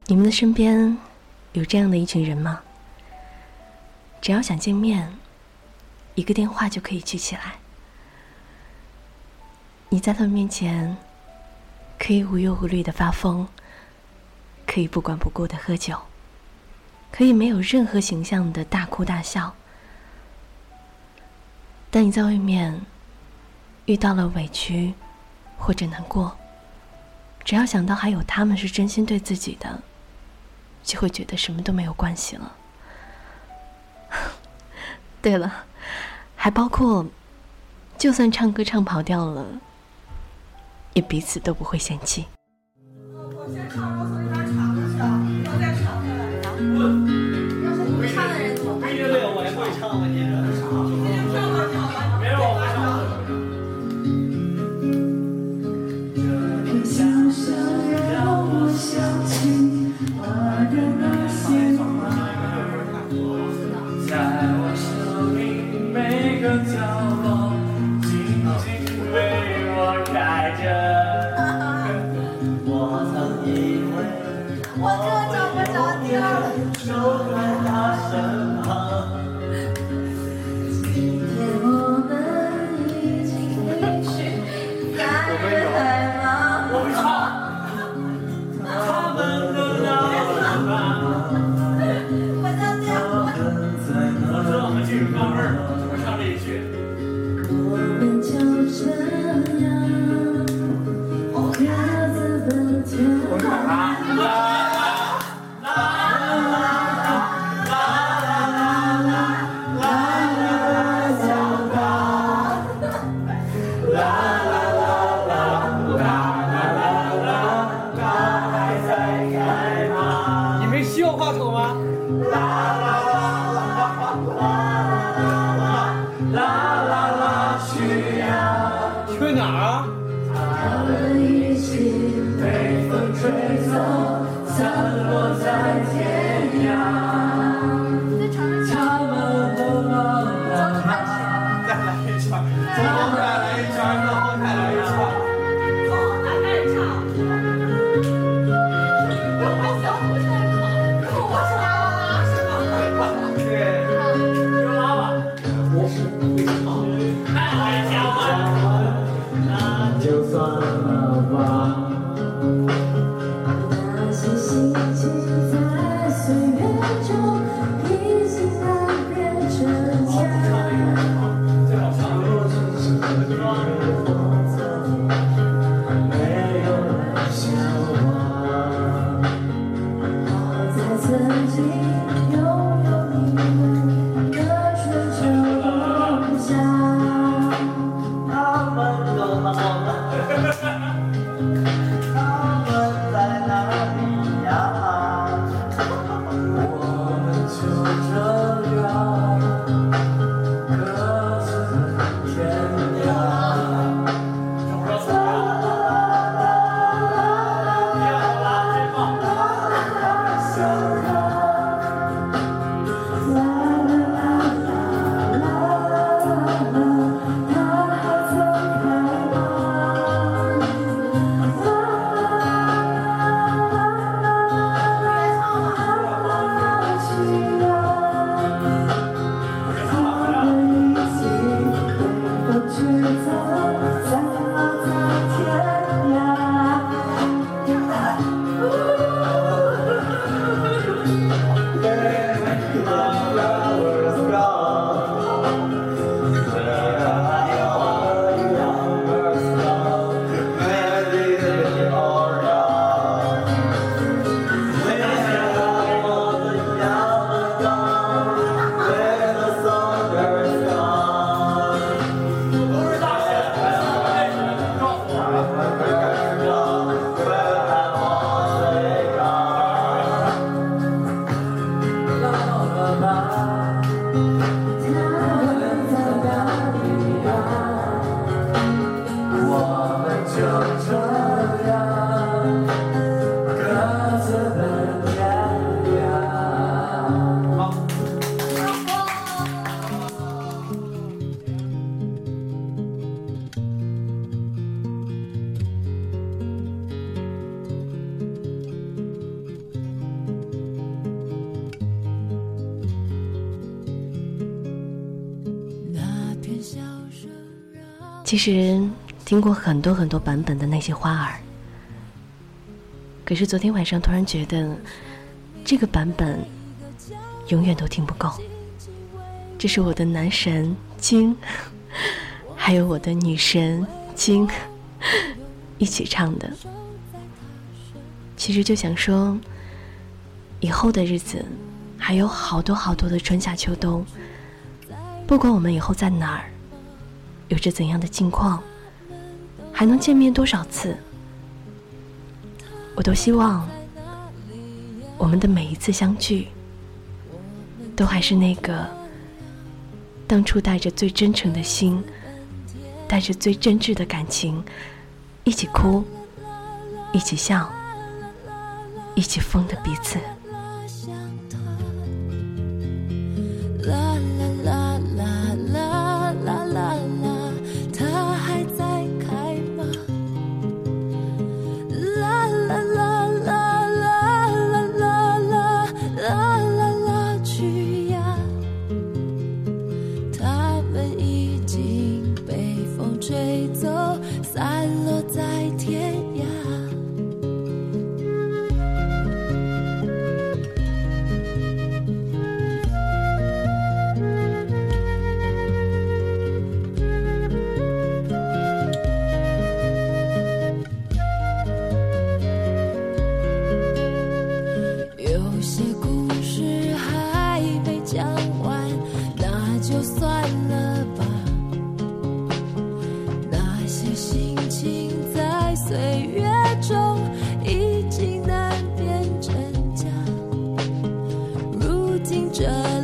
你们的身边有这样的一群人吗？只要想见面，一个电话就可以聚起来。你在他们面前可以无忧无虑的发疯，可以不管不顾的喝酒，可以没有任何形象的大哭大笑。但你在外面遇到了委屈或者难过，只要想到还有他们是真心对自己的，就会觉得什么都没有关系了。对了，还包括就算唱歌唱跑调了，也彼此都不会嫌弃。 我先唱，然后从那边唱过去啊，然后再唱回来。要是不唱的人怎么办？ 我也会唱吗？你这没有我唱。 想想让我想起我的那些话，在我生命每个角落，静静为我开着。我曾以为我这找不着地儿。 守在他身旁，今天我们已经离去，三人海茫。 我会唱。 他们都老了， 我在这样。 我知道和这首歌味儿了，我唱这一句。 我们就这样各自奔天。 你没需要话筒吗？去哪儿啊？ 他们一起被风吹走，散落在天涯。 在场上他们都老了， 再来一圈，从后台来一圈，到后台来一圈。 从后台开始唱。我还小虎在唱，然后我是啦啦啦，是吗？ 对，有拉吧？我是不会唱，太会唱了。 那就算了吧。那些心情在岁月中已经改变成家。 最好唱的。 没有人笑我，我在曾经拥有你们的春秋冬夏。 他们都老了，他们在哪里呀？ 我们就这样各自奔天涯。 什么时候走啊？别了，别放。 其实听过很多很多版本的那些花儿，可是昨天晚上突然觉得这个版本永远都听不够。这是我的男神金还有我的女神金一起唱的。其实就想说，以后的日子还有好多好多的春夏秋冬，不管我们以后在哪儿，有着怎样的境况，还能见面多少次，我都希望我们的每一次相聚都还是那个当初带着最真诚的心，带着最真挚的感情，一起哭，一起笑，一起疯的彼此。 它还在开吗？啦啦啦啦啦啦啦啦啦啦啦去呀！它们已经被风吹走，散落在天涯。有些故事还没讲完，那就算了吧。那些心情在岁月中已经难变真假，如今这